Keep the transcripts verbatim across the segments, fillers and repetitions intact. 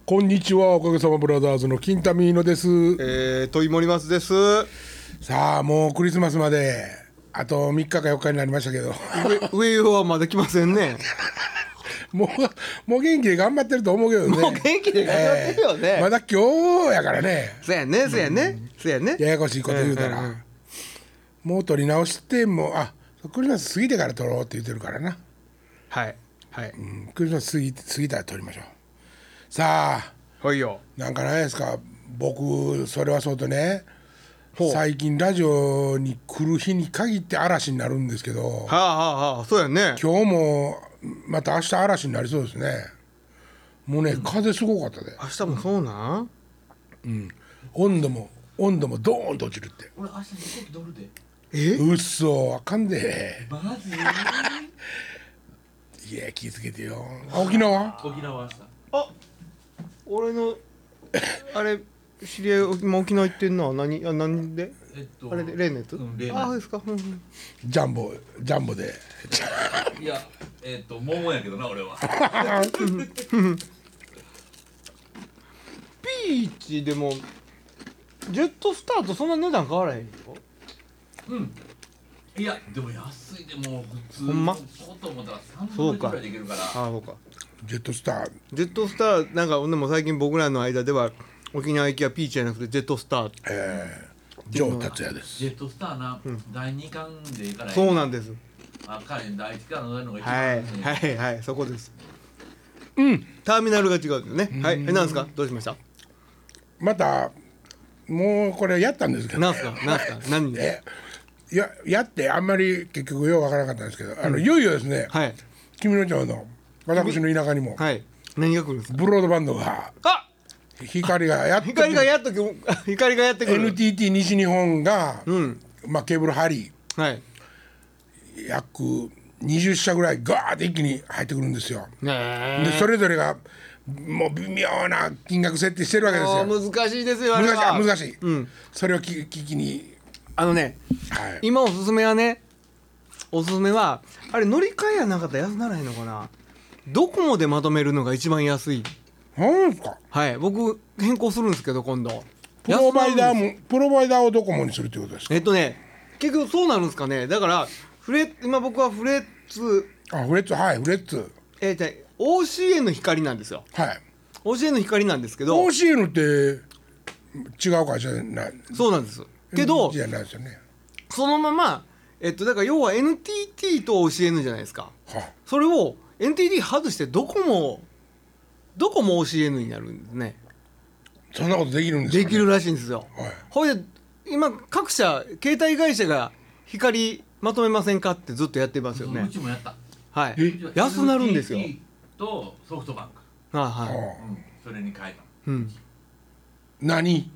こんにちは、おかげさまブラザーズの金田ミーノです。 えー、問い森松です。 さあもうクリスマスまであとみっかかよっかになりましたけど上上はまだ来ませんね。 もうもう元気で頑張ってると思うけどね。 もう元気で頑張ってるよね、 えー、まだ今日やからね。 そうやねそうやねそうやね、 ややこしいこと言うたら、うんうんうん、もう取り直してもあクリスマス過ぎてから取ろうって言ってるからな。 はいはい、 うん、クリスマス過ぎ過ぎたら取りましょう。さあはいよ。なんかないですか。僕それはそうとね、最近ラジオに来る日に限って嵐になるんですけど、 はあはあはあ、そうやね。 今日もまた明日嵐になりそうですね。もうね、うん、風すごかったで。 明日もそうなん、 うん、温度も温度もドーンと落ちるって。 俺明日飛行機乗るで。 えうっそあかんで。 マジいや気ぃつけてよ。沖縄沖縄明日。 あ俺のあれ知り合い今沖縄行ってんのは何あ何で、えっと、あれで例のやつ、うん、例のやつ。ああですか、うんうん、 ジャンボジャンボでいやえっと桃やけどな俺はピーチでもジェットスターとそんな値段変わらへんよ。 うんいやでも安いでも普通ほんまそうと思ったらさんぶんのいちぐらいでいけるから。ああそうか。 ジェットスタージェットスターなんかでも最近僕らの間では沖縄行きはピーチじゃなくてジェットスター。 ええー、ジョー達也です。 ジェットスターな、うん、だいにかんでいいから。 そうなんです。 あ彼だいいちから乗れるのが一番はいはいはいそこです。うんターミナルが違うよね。はいえなんですかどうしました。 またもうこれやったんですけど、 ね、なんすかなんすか何でいややってあんまり結局ようわからなかったんですけど、うん、あのいよいよですね、はい、君の町の私の田舎にも、 はい、何が来るんですか。 ブロードバンドがあ光がやっと光がやっと光がやってくるエヌティーティー 西日本が、うんまあ、ケーブル張り、はい、約にじゅっしゃぐらいガーッて一気に入ってくるんですよ。でそれぞれがもう微妙な金額設定してるわけですよ。 難しいですよ。 あれは難しい難しい、うん、それを聞きにあのね、はい、今おすすめはねおすすめはあれ乗り換えやなかったら安ならへんのかな。ドコモでまとめるのが一番安い。 なんですか。 はい僕変更するんですけど今度プロバイダーもプロバイダーをドコモにするってことですか。 えっとね結局そうなるんですかね。だからフレ今僕はフレッツあフレッツはいフレッツえー、じゃ オーシーエヌ の光なんですよ。はい オーシーエヌ の光なんですけどオーシーエヌ って違う会社じゃない。 そうなんですけどじゃないですよね。 そのままえっとだから要は エヌティーティー と オーシーエヌ じゃないですか、はあ、それを エヌティーティー 外してどこもどこも オーシーエヌ になるんですね。 そんなことできるんですか、ね、 できるらしいんですよ、はい、ほいで今各社携帯会社が光まとめませんかってずっとやってますよね。 うちもやった。 はい安なるんですよ。 エヌティーティー とソフトバンクはいはい、うん、 それに変えた、 うん、 何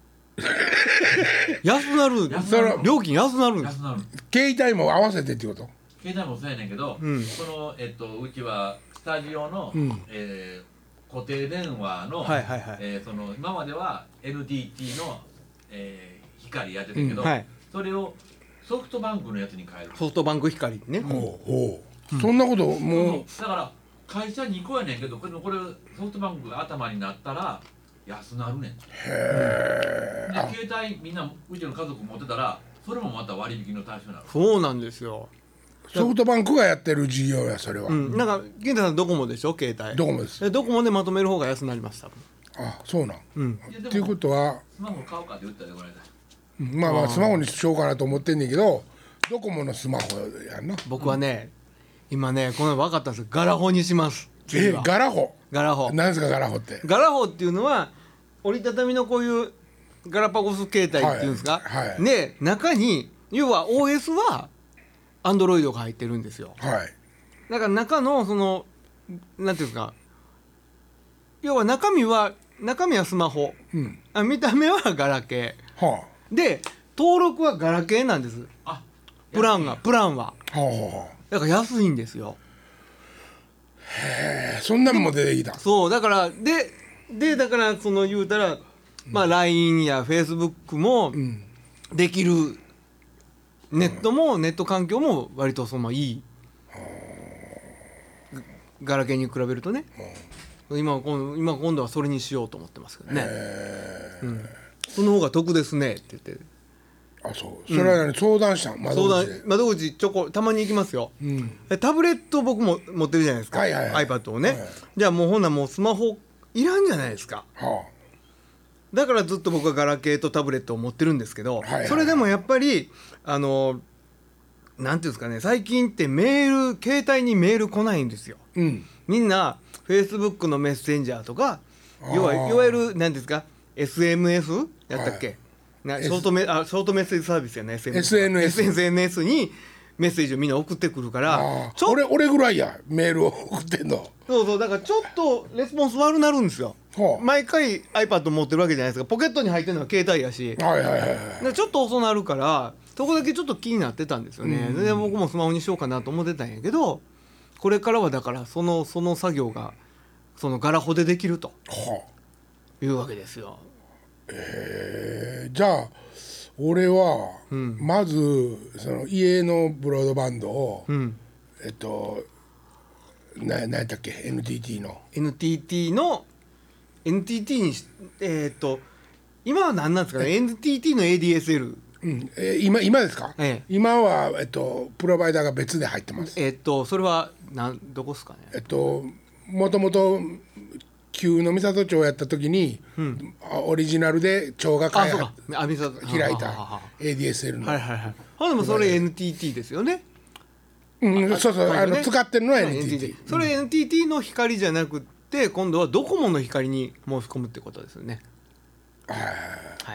安なる料金安なるんです。 携帯も合わせてってこと。 携帯もそうやねんけど、うん、この、えっと、うちはスタジオの、うんえー、固定電話の、はいはいはいえー、その今までは エヌティーティー の、えー、光やってたけど、うんはい、それをソフトバンクのやつに変える。 ソフトバンク光ね、うん、 ほうほう、うん、そんなこともうだから会社にこやねんけどこれ、これソフトバンクが頭になったら安なるねん。へえ。で携帯みんなうちの家族持ってたらそれもまた割引の対象になる。 そうなんですよ。 ソフトバンクがやってる事業やそれは、 うん、なんか健太さんドコモでしょ携帯。 ドコモです。 ドコモでまとめる方が安くなりました。 あそうなん、うん、っていうことはスマホ買おうかって言ったらこれだ、 うん、まあまあスマホにしようかなと思ってんねんけどドコモのスマホやんな。 僕はね、うん、今ねこの分かったんです。ガラホにします。 えガラホガラホ何ですかガラホって。 ガラホっていうのは折りたたみのこういうガラパゴス携帯っていうんですか、はいはい、で中に要は オーエス は Android が入ってるんですよ、はい、だから中のそのなんていうんですか要は中身は中身はスマホ、うん、あ見た目はガラケー、はあ、で登録はガラケーなんです。あプランがプランは、はあはあ、だから安いんですよ。 へえそんなんも出てきた。 そうだからででだからその言うたら、うんまあ、ライン や フェイスブック もできる、うん、ネットも、うん、ネット環境も割とそのいい、うん、ガラケーに比べるとね、 今今今度はそれにしようと思ってますけどね、うん、その方が得ですねって言って。 あ、そう。それは何、相談したん、窓口で。 窓口ちょこたまに行きますよ、うん、タブレット僕も持ってるじゃないですか、はいはいはい、iPad をね、はいはい、じゃあもうほんならもうスマホいらんじゃないですか、はあ、だからずっと僕はガラケーとタブレットを持ってるんですけど、はいはいはい、それでもやっぱりあのなんていうんですかね、最近ってメール携帯にメール来ないんですよ、うん、みんな Facebook のメッセンジャーとか要はいわゆる何ですか エスエムエス やったっけ、はい、なショートメあショートメッセージサービスやね エスエヌエスエスエヌエスエスエヌエス にメッセージをみんな送ってくるからちょ俺俺ぐらいやメールを送ってんの。 そうそう、だからちょっとレスポンス悪なるんですよ、はあ、毎回 iPad 持ってるわけじゃないですか、ポケットに入ってるのは携帯やし、はいはいはいはい、ちょっと遅なるからそこだけちょっと気になってたんですよね、うん、で僕もスマホにしようかなと思ってたんやけど、これからはだからそのその作業がそのガラホでできると、はあ、いうわけですよ。 えー、じゃあ俺は、うん、まずその家のブロードバンドを、うん、えっとな何やったっけ エヌティーティー のエヌティーティー の エヌティーティー にえー、っと今は何なんですかね エヌティーティー の エーディーエスエル、 うんえー、今今ですか、ええ、今は、えっと、プロバイダーが別で入ってます。 えっとそれはなんどこですかね。 えっともともと旧の三郷町やった時に、うん、オリジナルで町が開発開いた エーディーエスエル の、はいはいはい、 あでもそれ エヌティーティー ですよね。 うん、そうそう、あの使ってるのは エヌティーティー、 それ エヌティーティー の光じゃなくって今度はドコモの光に申し込むってことですよね。 はい、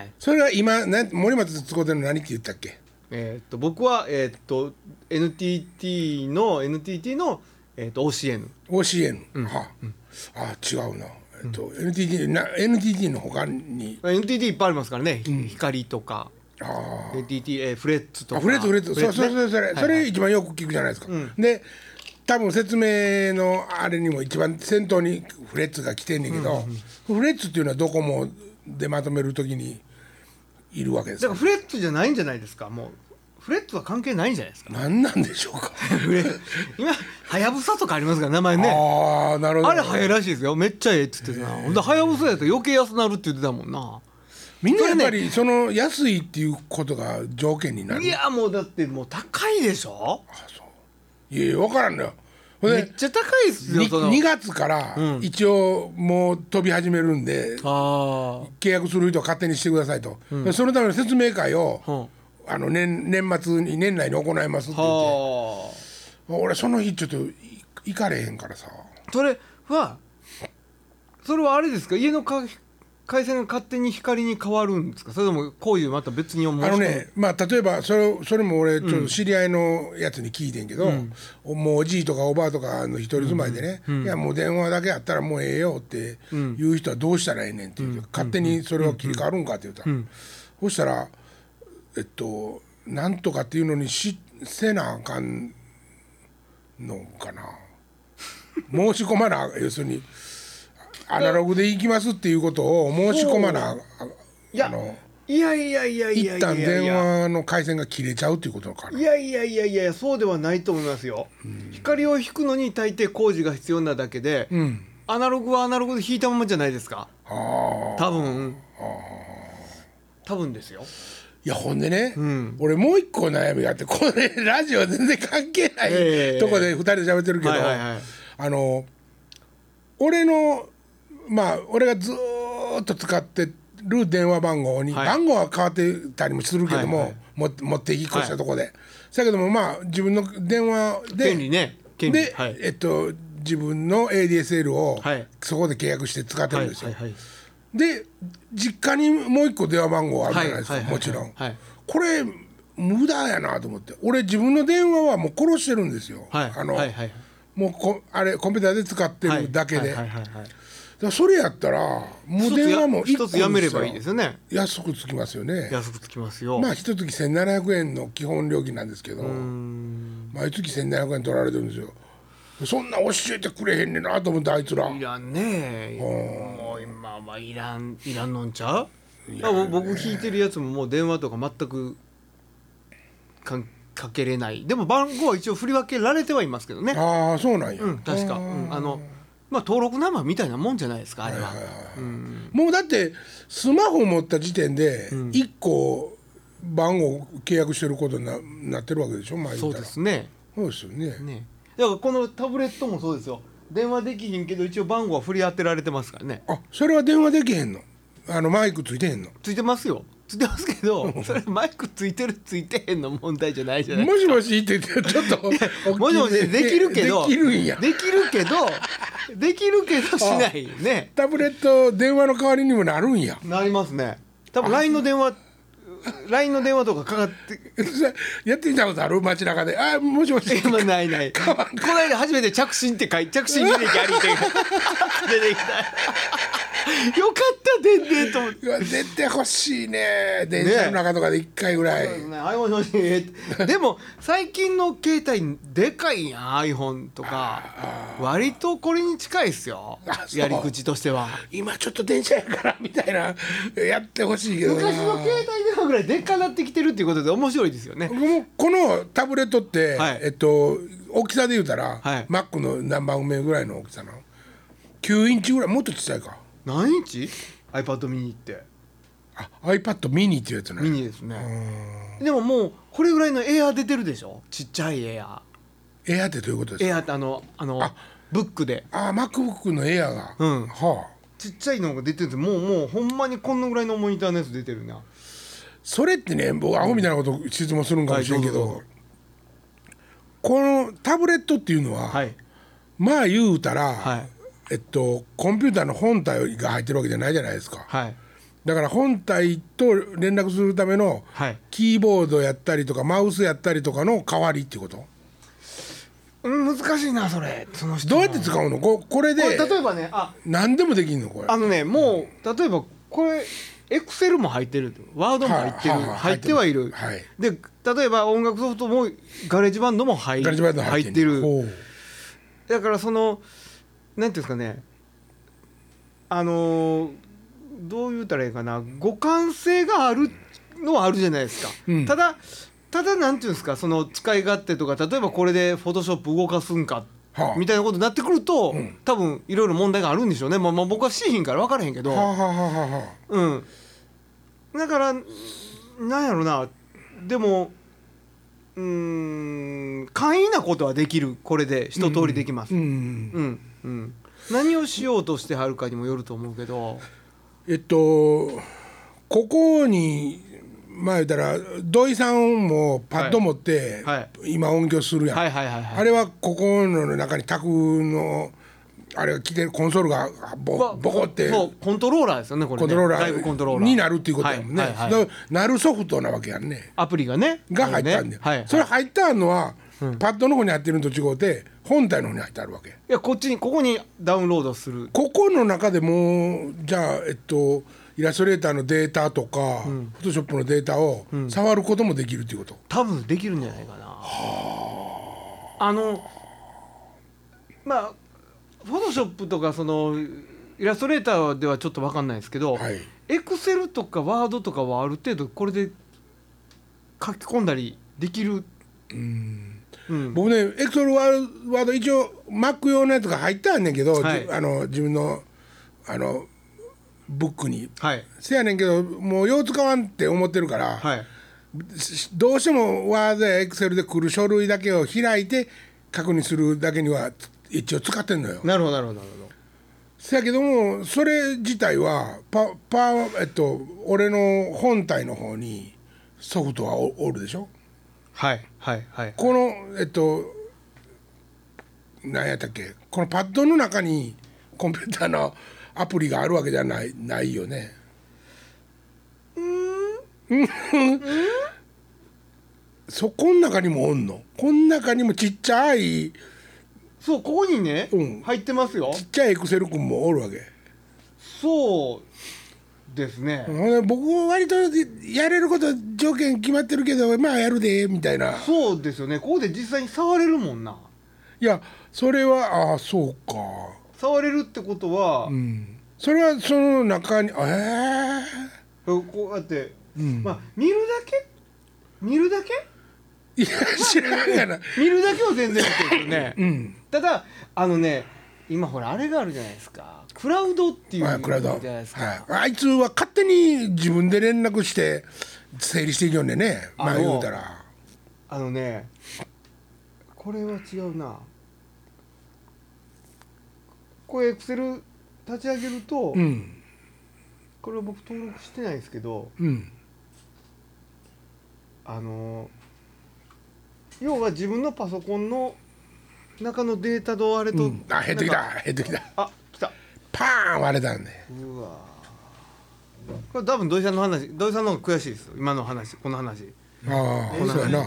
それは今な森松使ってるの何って言ったっけ。 えー、っと僕は、えー、っと エヌティーティー の エヌティーティー の、えー、っと オーシーエヌオーシーエヌ、うん、はあ、うん、あ違うな、えっとうん、エヌティーティー な エヌティーティー の他にエヌティーティー いっぱいありますからね、うん、光とかあ エヌティーティー、えー、フレッツとかフレッツフレッツ、そうそうそうそれ、はいはい、それ一番よく聞くじゃないですか、うん、で多分説明のあれにも一番先頭にフレッツが来てんねんけど、うんうんうん、フレッツっていうのはドコモでまとめるときにいるわけですか。 だからフレッツじゃないんじゃないですか。もうフレッツは関係ないんじゃないですか。 何なんでしょうか今はやぶさとかありますから名前ね。ああなるほど。あれ早いらしいですよ。めっちゃええっつってさ、ほんではやぶさやと余計安なるって言ってたもんな。 みんなやっぱりその安いっていうことが条件になる。 いやもうだってもう高いでしょ。あそういやいや分からんのよ。 めっちゃ高いですよ。 そのにがつから一応もう飛び始めるんで、うん、契約する人は勝手にしてくださいと、うん、そのための説明会を、うん、あの 年, 年末に年内に行いますって言って俺その日ちょっと行かれへんからさ。 それはそれはあれですか、家のか回線が勝手に光に変わるんですか、それともこういうまた別に思う。 あのね、まあ例えばそれそれも俺ちょっと知り合いのやつに聞いてんけど、うん、もうおじいとかおばあとかの一人住まいでね、うんうん、いやもう電話だけやったらもうええよっていう人はどうしたらええねんって言うて、うん、勝手にそれを切り替わるんかって言ったら、うん、そしたらえっとなんとかっていうのにしせなあかんのかな申し込まな要するにアナログで行きますっていうことを申し込まな、 いや、あのいやいやいやいやいやいや一旦電話の回線が切れちゃうっていうことかな。 いやいやいやいやそうではないと思いますよ、うん、光を引くのに大抵工事が必要なだけで、うん、アナログはアナログで引いたままじゃないですか。あ多分多分ですよ。 いやほんでね、うん、俺もう一個悩みがあって、これラジオ全然関係ない、えー、とこでふたりで喋ってるけど、はいはいはい、あの俺のまあ俺がずっと使ってる電話番号に、はい、番号は変わってたりもするけども、はいはい、も持って引っ越したとこで、はい、だけどもまあ自分の電話で権利ね権利で、はい、えっと自分の エーディーエスエル をそこで契約して使ってるんですよ、はいはいはい、で実家にもう一個電話番号あるじゃないですか、はいはいはいはい、もちろん、はい、これ無駄やなと思って、俺自分の電話はもう殺してるんですよ、はい、あの、はいはい、もうこあれコンピューターで使ってるだけで、はいはいはいはい、だそれやったらもう電話も一つやめればいいですよね。 安くつきますよね。 安くつきますよ。 まあ一月せんななひゃくえんの基本料金なんですけど、毎月せんななひゃくえん取られてるんですよ。そんな教えてくれへんねんなと思ってあいつら。 いらんねえ。もう今はいらんいらんのんちゃう。僕聞いてるやつももう電話とか全くかかけれない。でも番号は一応振り分けられてはいますけどね。 ああそうなんや。 うん、確か、うん、あのまあ登録ナンバーみたいなもんじゃないですかあれは。 もうだってスマホ持った時点でいっこ番号契約してることに な, なってるわけでしょ。前そうですね。 そうですよね。 ねだからこのタブレットもそうですよ。電話できひんけど一応番号は振り当てられてますからね。 あ、それは電話できへんの？あのマイクついてへんの？ ついてますよ。ついてますけどそれマイクついてるついてへんの問題じゃないじゃないもしもしって言ってちょっともしもしできるけどできるんやできるけどできるけどしないね。 タブレット電話の代わりにもなるんや。 なりますね。多分 ライン の電話ライン の電話とかかかってやってみたことある？街中であもしもし今ないないこの間初めて着信って書いて着信履歴ありって出てきたよかったでんでんと思って出てほしいね電車の中とかでいっかいぐらい、ねね、iPhone 欲しいでも最近の携帯でかいやん iPhone とか割とこれに近いっすよやり口としては。 今ちょっと電車やからみたいなやってほしいけどな。 昔の携帯電話ぐらいでっかなってきてるっていうことで面白いですよね。 このタブレットって、 はいえっと大きさで言うたら、 はい、 Mac の何番目ぐらいの大きさなの？きゅうインチぐらいもっと小さいか。 何インチ ?iPad mini ってあ iPad mini っていうやつね。 ミニですね。でももうこれぐらいのエアー出てるでしょ。ちっちゃいエアーエアーってどういうことですか？ エアーってあのあのあブックであ MacBook のエアーが、 うん、 はあ、 ちっちゃいのが出てるんです。もうもうほんまにこんなぐらいのモニターのやつ出てるな。 それってね僕アホみたいなこと質問するんかもしれんけど、はい、どうぞどうぞ。このタブレットっていうのは、はい、まあ言うたら、はい、えっとコンピューターの本体が入ってるわけじゃないじゃないですか、はい、だから本体と連絡するためのキーボードやったりとかマウスやったりとかの代わりっていうこと？ うん、難しいなそれ。その人どうやって使うの？ こ, これでこれ例えばねあ何でもできんのこれ？ あのねもう例えばこれエクセルも入ってるワードも入ってる、はあはあ、入ってはいる、はい、で例えば音楽ソフトもガレージバンドも 入, 入ってる。だからそのなんていうんですかねあのー、どう言うたらいいかな互換性があるのはあるじゃないですか、うん、ただただなんていうんですかその使い勝手とか例えばこれでフォトショップ動かすんかはあ、みたいなことになってくると、うん、多分いろいろ問題があるんでしょうね、まあ、まあ僕はしーひんから分からへんけど、はあはあはあ、うんだからなんやろなでもうーん簡易なことはできる。これで一通りできます、うんうんうん、何をしようとしてはるかにもよると思うけどえっとここにまあ言ったら土井さんもパッド持って、はいはい、今音響するやん、はいはいはいはい、あれはここの中に卓のあれが来てるコンソールがボボコってそうコントローラーですよねこれね。 コントローラー外部コントローラーになるっていうことやもんね、はいはいはい、なるソフトなわけやんね。 アプリがねが入ったんだよ、はいはい、それ入ったのは、うん、パッドの方に入ってるのと違うて本体の方に入ってあるわけ。いやこっちにここにダウンロードする。 ここの中でもじゃあえっとイラストレーターのデータとか、うん、フォトショップのデータを触ることもできるっていうこと、うん、 多分できるんじゃないかな。はあのまあフォトショップとかそのイラストレーターではちょっと分かんないですけど、はい、エクセルとかワードとかはある程度これで書き込んだりできる。うん、うん、僕ねエクセルワード一応 Mac 用のやつが入ってあんねんけど、はい、あの自分のあのブックに、はい、せやねんけどもうよう使わんって思ってるから、はい、どうしてもワードやエクセルで来る書類だけを開いて確認するだけには一応使ってんのよ。なるほどなるほどなるほど。せやけどもそれ自体はパパえっと俺の本体の方にソフトは お, おるでしょ。はいはいはい。このえっと何やったっけこのパッドの中にコンピューターのアプリがあるわけじゃないないよね。うんそこの中にもおんの。この中にもちっちゃいそうここにね、うん、入ってますよ。ちっちゃいエクセル君もおるわけ。そうですね。僕は割とやれること条件決まってるけどまあやるでみたいな。そうですよね。ここで実際に触れるもんな。いやそれはああそうか触れるってことは、うん、それはその中にええー、こうやって、うん、まあ見るだけ見るだけいや知らんがな見るだけは全然 OK ですよね、うん、ただあのね今ほらあれがあるじゃないですか、クラウドっていうはい、クラウド、 じゃないですか、 はい、あいつは勝手に自分で連絡して整理していきよんでね、まあ言うたらあのねこれは違うな、これエクセル立ち上げると、うん、これは僕登録してないですけど、うん、あの要は自分のパソコンの中のデータとあれと、うん、 あ減ってきた減ってきた、 あ来たパーン割れたんで、 うわこれ多分土井さんの話、土井さんの方が悔しいです今の話、この話、 ああそうやな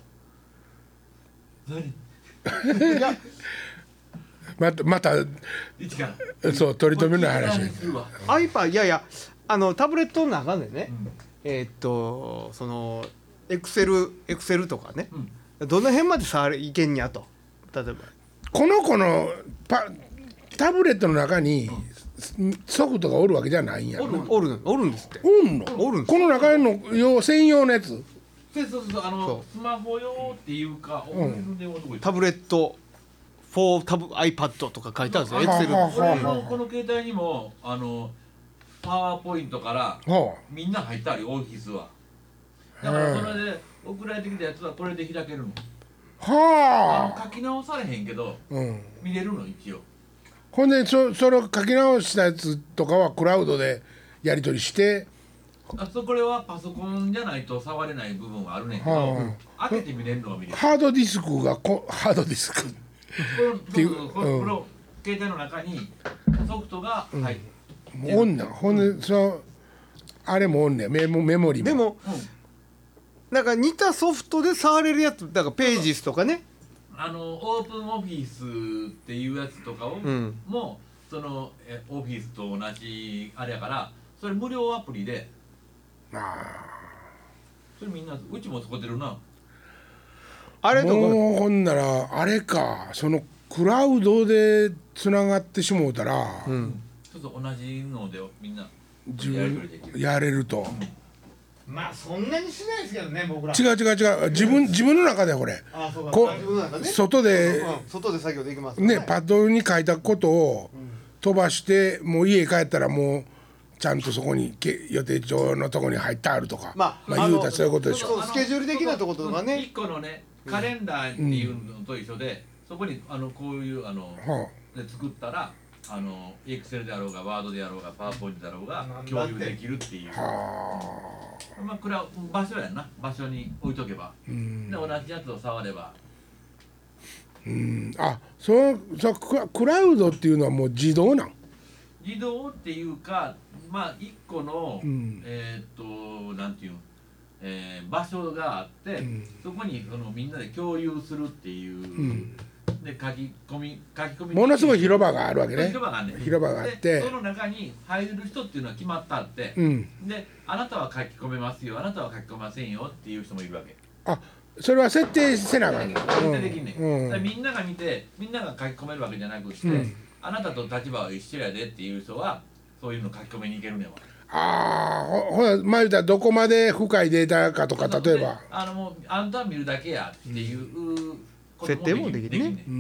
いやまたまたそう取り留めない話 iPad いやいやあのタブレットの中でね、うん、えー、っとそのエクセルエクセルとかね、うん、どの辺まで触れいけんにゃと、例えばこの子のパタブレットの中にソフトがおるわけじゃないんや、 おるおるおるんですって、 おんのおるんこの中の用専用のやつ、 そうそうそう、あのスマホ用っていうか、うん、 タブレットフォータブ iPad とか書いてあるんですよ、エクセル。 これのこの携帯にもあのパワーポイントからみんな入ったりオフィスは。だからそれで送られてきたやつはこれで開けるの。はあ。書き直されへんけど、うん、見れるの一応。 ほんでそそれを書き直したやつとかはクラウドでやり取りして。 あそこれはパソコンじゃないと触れない部分はあるねんけど、はあ、開けて見れるのは見れる。 ハードディスクがこハードディスクっていうこの、うん、携帯の中にソフトが入ってる、 うん、おんなほんでそのあれもおんねんメモメモリもでも、うん、なんか似たソフトで触れるやつだからページスとかね、 あのオープンオフィスっていうやつとかを、うん、もそのえオフィスと同じあれやからそれ無料アプリで、あそれみんなうちも使ってるな。 あれとかもうほんならあれかそのクラウドでつながってしもうたら、うん、 ちょっと同じのでみんなやれると、 うん、まあそんなにしないですけどね僕ら。 違う違う違う自分自分の中でこれあそうかこ自分の中ね、 外で、 うん、外で作業できますね。 ねパッドに書いたことを飛ばしてもう家帰ったらもうちゃんとそこに予定帳のとこに入ってあるとか、まあ、まあ言うたらそういうことでしょ。 スケジュール的なところとかね。 一個のねカレンダーっていうのと一緒で、うん、そこにあのこういうあの、はあ、で作ったらあのエクセルであろうがワードであろうがパワーポイントであろうが共有できるっていう。はあ、まあこれは場所やな場所に置いとけば、うん、で同じやつを触れば。 うん、あそうそうクラウドっていうのはもう自動なん。 自動っていうかまあ一個の、うん、えっとなんていうの、えー、場所があって、うん、そこにそのみんなで共有するっていう、うん、で書き込み書き込みものすごい広場があるわけね。 広場があるね。 広場があってその中に入る人っていうのは決まってあって、うん、であなたは書き込めますよあなたは書き込めませんよっていう人もいるわけ。 あそれは設定せなあかんねん。 設定できんねん、うん、みんなが見てみんなが書き込めるわけじゃなくて、うん、あなたと立場は一緒やでっていう人はそういうの書き込みに行けるねんわ。 ああ、ほら前言ったらどこまで深いデータかとか例えばあのもうあんたは見るだけやっていう、うん、 設定もできるね。うん、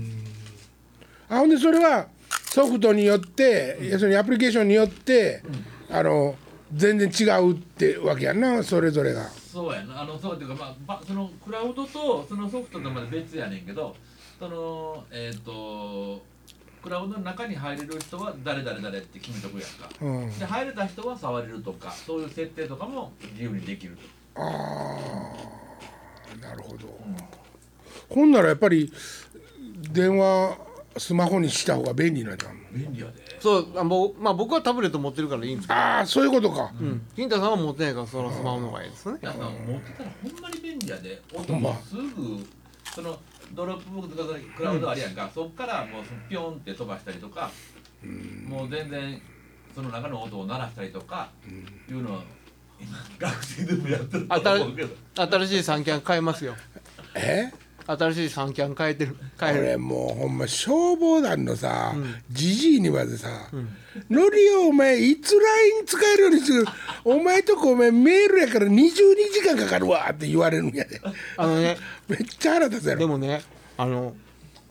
あほんでそれはソフトによって、うん、要するにアプリケーションによって、うん、あの全然違うってわけやんなそれぞれが。 そうやなあのそうっていうかまあそのクラウドとそのソフトとまで別やねんけどそのえっ、ー、とクラウドの中に入れる人は誰誰誰って決めとくやんか、うん、で入れた人は触れるとかそういう設定とかも自由にできると。ああなるほど、うん、ほんならやっぱり電話スマホにした方が便利なんじゃん。 便利やで。 そうあもう、まあ、僕はタブレット持ってるからいいんですけど。 ああそういうことか。 金太、うん、さんは持ってないからそのスマホの方がいいですね。 いや持ってたらほんまに便利やで。音もすぐそのドロップボックスとかクラウドあるやんか、うん、そっからもうピョンって飛ばしたりとか、うん、もう全然その中の音を鳴らしたりとか、うん、いうのは今学生でもやってると思うけど新しい三キャン変えますよ。 え新しい三キャン変えてる変える。 俺もうほんま消防団のさじじいにまでさ「のりよお前いつ ライン 使えるようにするお前とこお前メールやからにじゅうにじかんかかるわ」って言われるんやで。あのねめっちゃ腹立つやろ。 でもねあの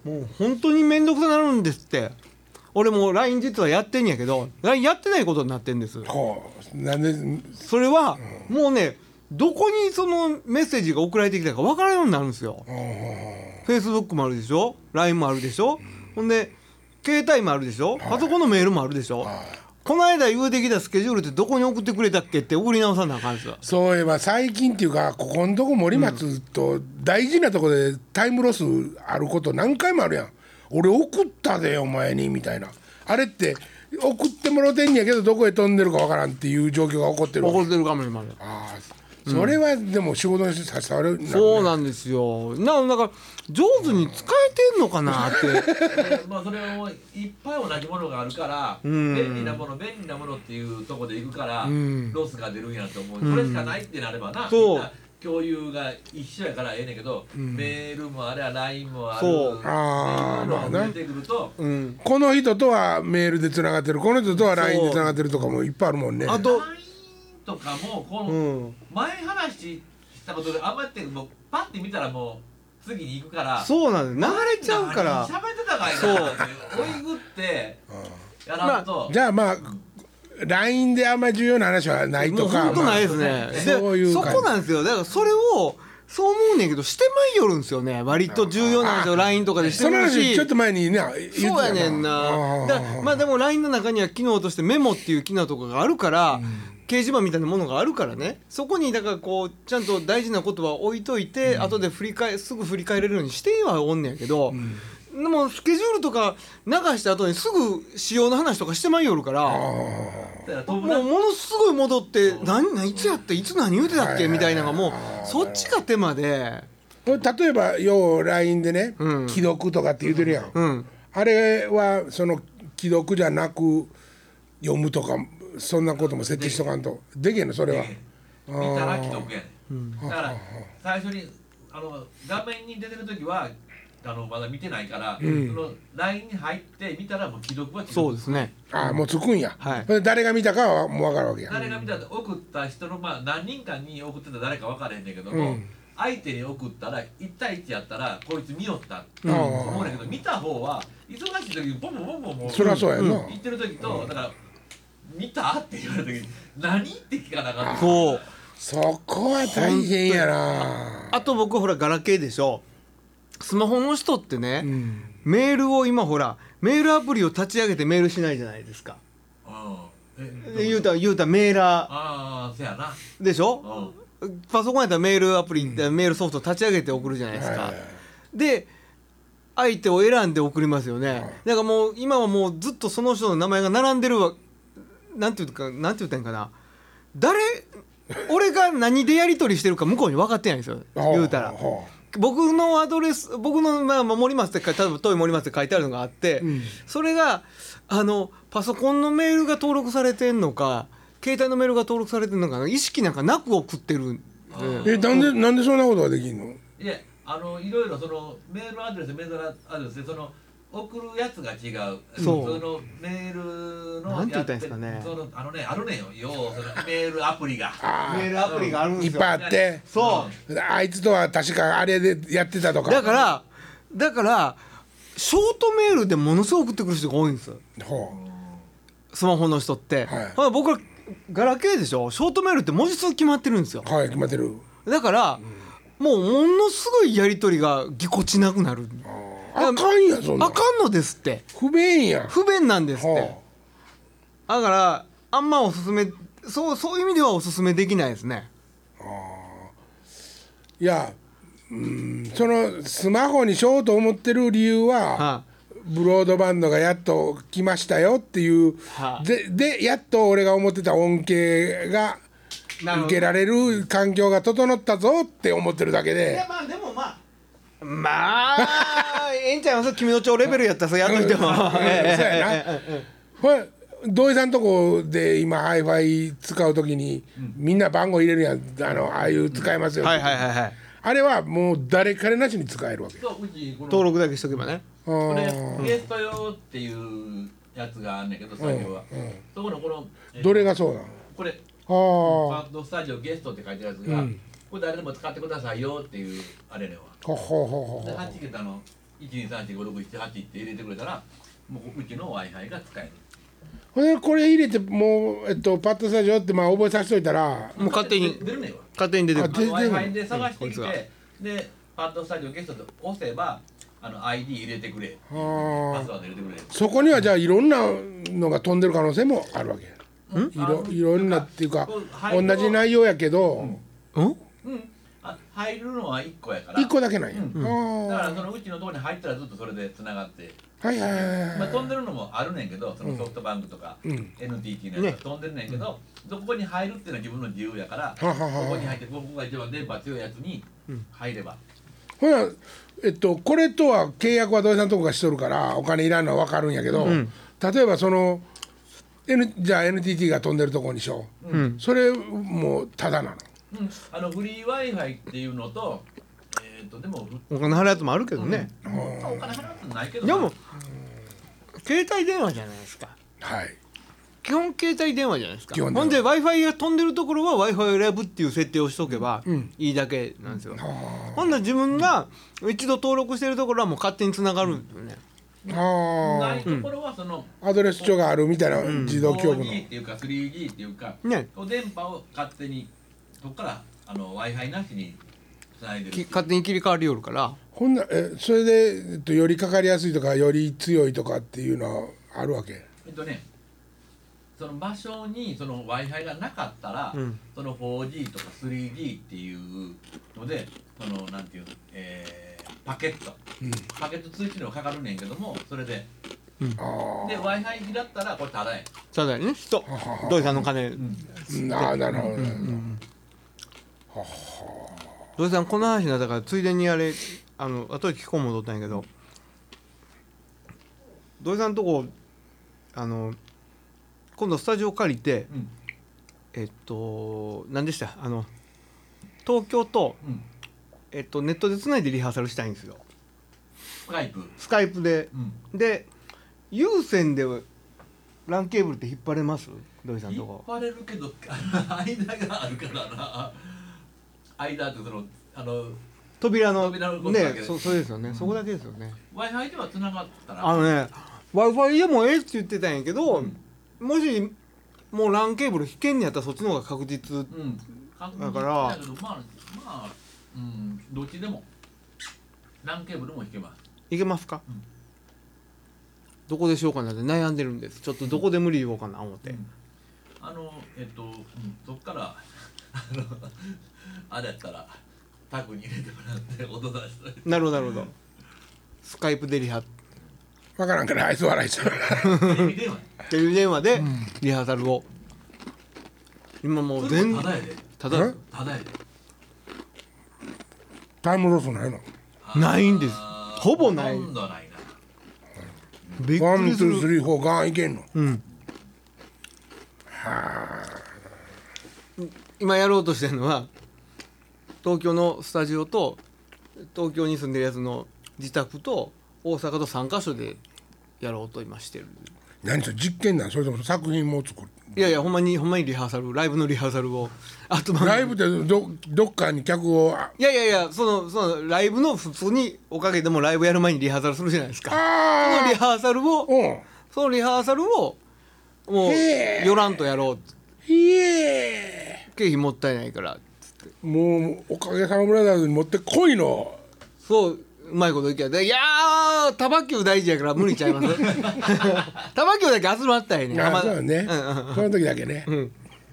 もう本当に面倒くさなるんですって。俺も ライン 実はやってんやけど ライン やってないことになってんです。 ほうなんでそれは、うん、もうねどこにそのメッセージが送られてきたか分からんようになるんですよ。フェイスブックもあるでしょ ライン もあるでしょ、うん、ほんで携帯もあるでしょ、はい、パソコンのメールもあるでしょ、はい、この間言うてきたスケジュールってどこに送ってくれたっけって送り直さなあかんですよ。 そういえば最近っていうかここのとこ森松と大事なとこでタイムロスあること何回もあるやん。俺送ったでお前にみたいな。あれって送ってもろてんやけどどこへ飛んでるかわからんっていう状況が起こってる。 起こってるかもしれません。 ああそれはでも仕事にさせてあれ、ね、 そうなんですよ。ななんか上手に使えてんのかなって。 まあそれはもういっぱい同じものがあるから、うん、便利なもの便利なものっていうところでいくから、うん、ロスが出るんやと思う。これしかないってなればな。そうみんな共有が一緒やからええねんけど、うん、メールもあれは ライン もある。そうああまあね。出てくると、 うん、この人とはメールでつながってるこの人とは ライン でつながってるとかもいっぱいあるもんね。 あととかもこの前話したことであんまりもうパッて見たらもう次に行くからそうなんです流れちゃうから喋ってたかいなって追いぐってやらんと、 まあ、じゃあまあ ライン であんまり重要な話はないとか本当ないですね、まあ、そういうそこなんですよ。だからそれをそう思うねんけどしてまいよるんですよね。割と重要な話を ライン とかでしてるしその話ちょっと前にね言ってたそうやねんな。だまあでも ライン の中には機能としてメモっていう機能とかがあるから、うん、掲示板みたいなものがあるからねそこにだからこうちゃんと大事なことは置いといて、うん、後で振り返すぐ振り返れるようにしてはおんねんやけど、うん、でもスケジュールとか流した後にすぐ仕様の話とかしてまいよるからもうものすごい戻って何何いつやっていつ何言うてたっけみたいなのがもうそっちが手間で例えばよう ライン でね、うん、既読とかって言うてるやん、うん、あれはその既読じゃなく読むとかそんなことも設定しとかんとできへんのそれは。 見たら既読やね、うん、だから最初にあの画面に出てる時はあのまだ見てないから、うん、その ライン に入って見たらもう既読は既読。 そうですね。 ああもうつくんや、はい、誰が見たかはもう分かるわけや。 誰が見たか送った人の、まあ、何人かに送ってた誰か分からへんねんけども、うん、相手に送ったらいち対いちやったらこいつ見よったって思うねんけど、見た方は忙しい時にボンボンボンボンもうそりゃそうやな、 うん、言ってる時と、うん、だから見たって言われた時に何って聞かなかった。 そうそこは大変やな。 あと僕ほらガラケーでしょ。スマホの人ってね、うん、メールを今ほらメールアプリを立ち上げてメールしないじゃないですか。あえ言うたら言うたらメーラーあせやなでしょ。パソコンやったらメールアプリ、うん、メールソフト立ち上げて送るじゃないですか、はいはいはい、で相手を選んで送りますよね、はい、だからもう今はもうずっとその人の名前が並んでるわ。なんていうかなんて言ったんかな誰俺が何でやり取りしてるか向こうに分かってないんですよ言うたら。僕のアドレス僕の、まあ、森松って例えば遠い森松って書いてあるのがあって、うん、それがあのパソコンのメールが登録されてんのか携帯のメールが登録されてんのか意識なんかなく送ってる。 えなんでなんでそんなことができんの。 いやあのいろいろそのメールアドレスメールアドレスでその送るやつが違う。そうそのメールのなんて言ったんですかね。 そのあのねあるねんよ。ようそのメールアプリがメールアプリがあるんですよ。 いっぱいあって。 そう。 あいつとは確かあれでやってたとか。 だからだからショートメールでものすごく送ってくる人が多いんですよ。ほう。スマホの人って。はい、僕らガラケーでしょ。ショートメールって文字数決まってるんですよ。 はい決まってる。 だから、うん、もうものすごいやり取りがぎこちなくなる。 あかんやそんな。 あかんのですって。 不便や。 不便なんですって。はあ、だからあんまおすすめそうそういう意味ではおすすめできないですね。あいやうんそのスマホにしようと思ってる理由は、はあ、ブロードバンドがやっと来ましたよっていう、はあ、で, でやっと俺が思ってた恩恵が受けられる環境が整ったぞって思ってるだけで。 いやまあでもまあまあええんちゃいます君の町レベルやったらそれやっといても。そうやな。これ土井さんとこで今 Wi-Fi 使うときに、うん、みんな番号入れるやんあのああいう使えますよ、うん、はいはいはいはい。あれはもう誰彼なしに使えるわけ。 そううちこの登録だけしとけばね。 これゲスト用っていうやつがあんねんけど作業は、うんうん、そこのこの、 えー、どれがそうなのこれパートスタジオゲストって書いてるやつが、うん、これ誰でも使ってくださいよっていうあれねは。ほほほほほ。ではち桁のいちにさんしごろくしちはちって入れてくれたらもううちの Wi-Fi が使える。 ほんでこれ入れてもう、えっと、パッドスタジオってまあ覚えさせといたらもう勝手に出るねんわ。 勝手に出てくる。 Wi-Fi で探してきて、うん、でパッドスタジオゲストで押せばあの アイディー 入れてくれ、パスワード入れてくれ。 そこにはじゃあいろんなのが飛んでる可能性もあるわけ。いろいろんなっていうか同じ内容やけど、 うん、うんうん、あ入るのはいっこやからいっこだけなんや、 うん、だからそのうちのところに入ったらずっとそれでつながってはいはいはいはい、 まあ、飛んでるのもあるねんけどそのソフトバンクとか、うん、エヌティーティー のやつが飛んでるねんけど、うん、どこに入るっていうのは自分の自由やから、ここに入ってここが一番電波強いやつに入れば、 うん、ほなえっとこれとは契約は土井さんのとこがしとるからお金いらんのは分かるんやけど、うん、例えばそのN じゃあ エヌティーティー が飛んでるとこにしよう、うん、それもうタダなの、 うん、あのフリー Wi-Fi っていうのと、えー、とでもお金払うやつもあるけどね、 うん、お金払うやつないけどでも、うん、携帯電話じゃないですか。 はい基本携帯電話じゃないですか。ほんで Wi-Fi が飛んでるところは Wi-Fi を選ぶっていう設定をしとけばいいだけなんですよ、うん、ほんで自分が一度登録してるところはもう勝手につながるんですよね。 あないところはその、 うん、アドレス帳があるみたいな自動記憶のフォージー っていうか スリージー っていうか、ね、電波を勝手にそこからあの Wi-Fi なしにつないでる勝手に切り替わりよるから。 ほんなえそれで、えっと、よりかかりやすいとかより強いとかっていうのはあるわけ。 えっとねその場所にその Wi-Fi がなかったら、うん、その フォージー とか スリージー っていうのでそのなんていうの、えー、パケット、うん、パケット通知料かかるねんけどもそれで、うん、で Wi-Fi だったらこれタダやタダやね人土井さんの金、うんうん、ああなるほど、うんうん、 土井さんこの話になったからついでにあれあの後で聞こう戻ったんやけど土井さんのとこあの今度スタジオ借りて、うん、えっと何でしたあの東京と、うん、えっとネットでつないでリハーサルしたいんですよ。 スカイプスカイプで、うん、で有線でランケーブルって引っ張れます土井さんのとこ。 引っ張れるけど間があるからな間ってそのあの扉の扉のねそそうですよね、うん、そこだけですよね。 Wi-Fi ではつながったらあのね Wi-Fi でもええって言ってたんやけど、うんもしもうランケーブル引けんのやったらそっちの方が確実、うん、だからまあまあ、うん、どっちでもランケーブルも引けます。 いけますか、うん、どこでしようかなって悩んでるんです。ちょっとどこで無理言おうかな思って、うん、 あのえっと、うん、そっからあのあれやったらタグに入れてもらって音出して。 なるほどなるほどスカイプでリハ分からんからあいつ笑いちゃうテレビ電話テレビ電話でリハーサルを、うん、今もう全然ただやでただただやでタイムロスないのないんですほぼないほとんどないなびっくりするワンツースリーフォーガンいけんの、うん、 はあ今やろうとしてるのは東京のスタジオと東京に住んでるやつの自宅と大阪とさんカ所でやろうと今してる。 何それ実験なんそれとも作品も作る。 いやいやほんまにほんまにリハーサルライブのリハーサルをあとライブって ど, どっかに客をいやいやいやそのそのライブの普通におかげでもライブやる前にリハーサルするじゃないですか。そのリハーサルを、うん、そのリハーサルをもうよらんとやろうって経費もったいないからっつってもうおかげさまブラザーズに持ってこいのそううまいこと言っけどいやータバキュー大事やから無理ちゃいますタバキューだけ集まったよね。 ああそうだね、うんうん、その時だけね、うん、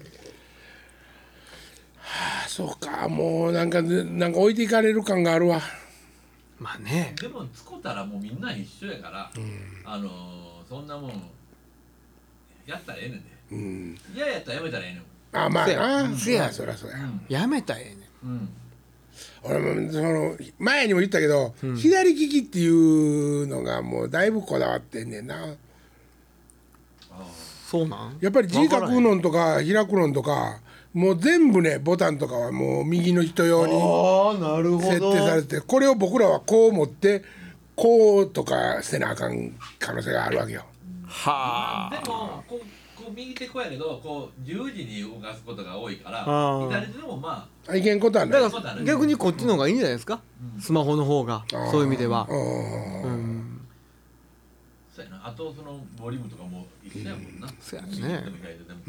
はあそうかもうなんかなんか置いていかれる感があるわ。 まあねでも使ったらもうみんな一緒やから、うん、あのー、そんなもんやったらええねんで、うん、嫌やったらやめたらええねん。 あまあなせやそりゃそうや、うん、 やめたらええねん、うん俺もその前にも言ったけど、うん、左利きっていうのがもうだいぶこだわってんねんな。 あそうなんやっぱり字書くのんとか開くのんとかもう全部ねボタンとかはもう右の人用に設定されてこれを僕らはこう持ってこうとかせなあかん可能性があるわけよ。 はあでもこここう右手こうやけどこう十字に動かすことが多いから左手でもまあいけんことはない。 だから逆にこっちの方がいいんじゃないですか、うん、スマホの方がそういう意味では。うん、 そうやな。あとそのボリュームとかも一緒やもんな。 そうやね。 うん。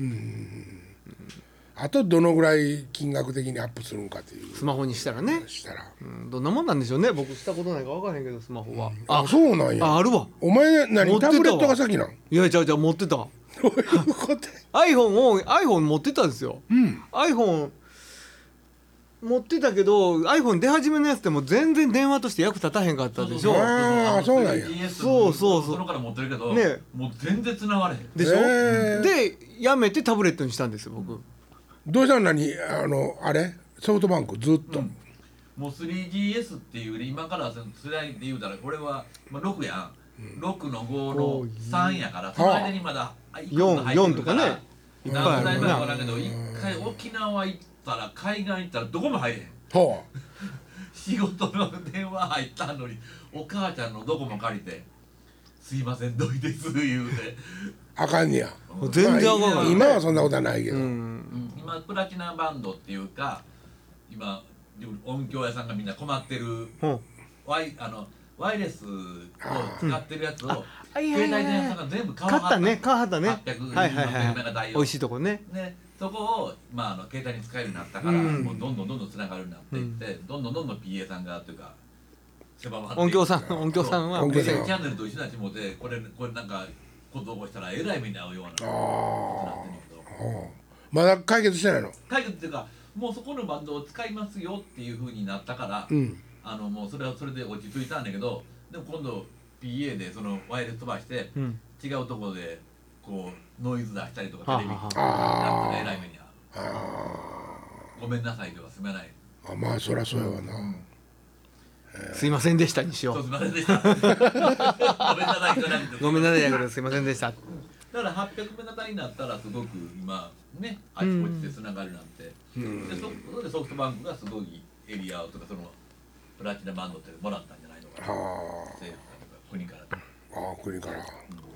あとどのぐらい金額的にアップするんかっていう。 スマホにしたらね。 したら。 うん、どんなもんなんでしょうね。僕したことないか分からへんけどスマホは。うん、 あ、そうなんや。 あ、あるわ。 お前何タブレットが先なん？ いや、じゃあじゃあ持ってた。 どういうこと？ iPhone を iPhone 持ってたんですよ。 うん。 iPhone 持ってたけど iPhone 出始めのやつでも全然電話として役立たへんかったでしょ。 ああ、そうなんや。 そうそうそう。 そのから持ってるけど、ね、もう全然繋がれへん。 でしょ。でやめてタブレットにしたんですよ僕。 どうしたの？何あのあれソフトバンクずっと。うん、 もう スリージーエス っていう今から世代で言うたらこれはまあろくやん。ろくのごのさんやからその間にまだよん、よんとかね。 何歳か分からんけど一回沖縄行ったら海岸行ったらどこも入れへん。ほう。仕事の電話入ったのにお母ちゃんのどこも借りて「すいませんどいです」言うて。 あかんねや。 全然あかんない。 今はそんなことはないけど。 今プラチナバンドっていうか今音響屋さんがみんな困ってるワイあのワイヤレスを使ってるやつを携帯電話さんが全部買わはったね。 買ったね。 はっぴゃくろっぴゃくメガ対応。 美味しいとこね。 ね、そこをまああの携帯に使えるようになったからもうどんどんどんどんつながるようになっていってどんどんどんどん ピーエー さんがというか狭まって音響さん音響さんはチャンネルと一緒になってもでこれこれなんかことを起こしたらえらい目に遭うようなことになってるけど。 まだ解決してないの？ 解決っていうかもうそこのバンドを使いますよっていうふうになったから、うん、あのもうそれはそれで落ち着いたんだけどでも今度 ピーエー でそのワイヤレス飛ばして、うん、違うところでこうノイズ出したりとかテレビやったらえらい目に遭う。ごめんなさいでは済めない。 あ、まあそりゃそうやわな、うん、 すいませんでしたにしよう。 すいませんでしたごめんなさいじゃなくてごめんなさいやけどすいませんでした。 だからはっぴゃくメガ帯になったらすごく今ねあちこちでつながるなんて、うん、で そ, そでソフトバンクがすごいエリアとかそのプラチナバンドってもらったんじゃないのかな、政府とか国から。 ああ国から、うん、は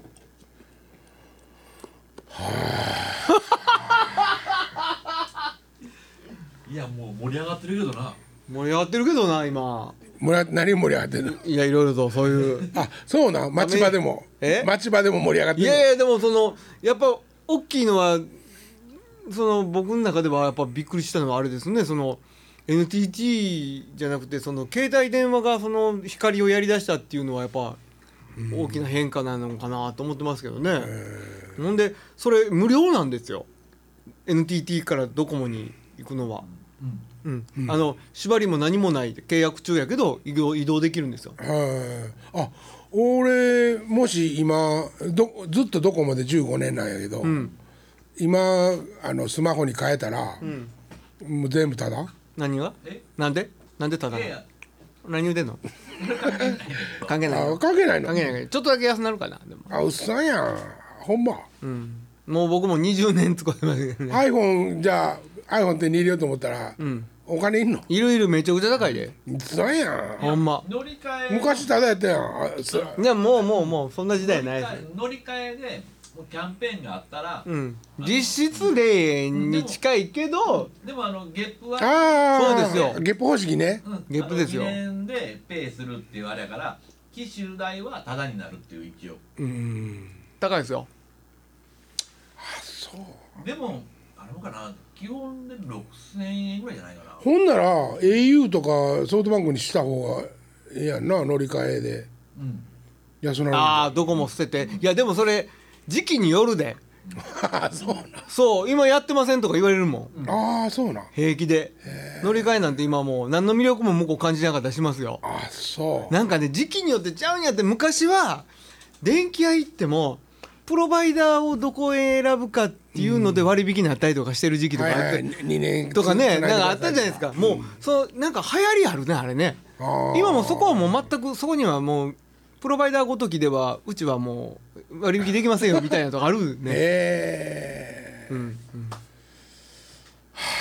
あいやもう盛り上がってるけどな。 盛り上がってるけどな今。 何盛り上がってるの？ いやいろいろとそういうあそうな町場でもえ町場でも盛り上がってるの？ いやいやでもそのやっぱ大きいのはその僕の中ではやっぱびっくりしたのはあれですねその エヌティーティー じゃなくてその携帯電話がその光をやりだしたっていうのはやっぱ大きな変化なのかなと思ってますけどね。ほんでそれ無料なんですよ エヌティーティー からドコモに行くのは。うんうん、あの縛りも何もない契約中やけど移動、移動できるんですよ。 あ俺もし今どずっとドコモでじゅうごねんなんやけど、うん、今あのスマホに変えたら、うん、もう全部タダ？ 何が？なんで？なんでタダ？何言うてんの？関係ない。 関係ないの？ 関係ない。ちょっとだけ安なるかな。でもあうっさんやんほんま、 うん、もう僕もにじゅうねん使ってますけどね。 iPhone じゃあ iPhone 手に入れようと思ったら、うん、お金いんの？ いるいるめちゃくちゃ高いで。 そうやんほんま。 乗り換え昔タダやったやん。 いやもうもうもうそんな時代ないです。 乗り換えでキャンペーンがあったら、 うん、実質れいえんに近いけどでもあのゲップはあそうですよゲップ方式ね、 うん、 ゲップですよ。 にねんでペイするっていうあれやから機種代はタダになるっていう一応うん高いですよ。 あそうでもあれもかな基本でろくせんえんぐらいじゃないかな。 ほんなら エーユー とかソフトバンクにした方がええやんな乗り換えで、うん、 安なる。ああどこも捨てていやでもそれ時期によるでそうなそう今やってませんとか言われるもん、うん、ああそうな平気で乗り換えなんて今もう何の魅力も向こう感じなかったりしますよ。 あそうなんかね時期によってちゃうんやって。昔は電気屋行ってもプロバイダーをどこへ選ぶかっていうので割引になったりとかしてる時期とかあって、はいはい、 にねんとかねなんかあったじゃないですか、うん、もうそうなんか流行りあるねあれね。今もそこはもう全くそこにはもうプロバイダーごときではうちはもう割引できませんよみたいなとこあるね。 へえー、うんうん、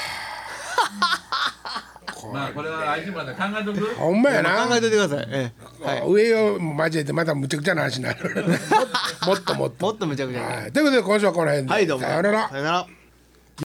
まあこれは相手まで考えとく。 ほんまやな考えといてください。ええはい、 上を交えてまたむちゃくちゃな話になるもっともっともっとむちゃくちゃ、 はい、ということで今週はこの辺で、 はい、どうもさようなら。 さようなら。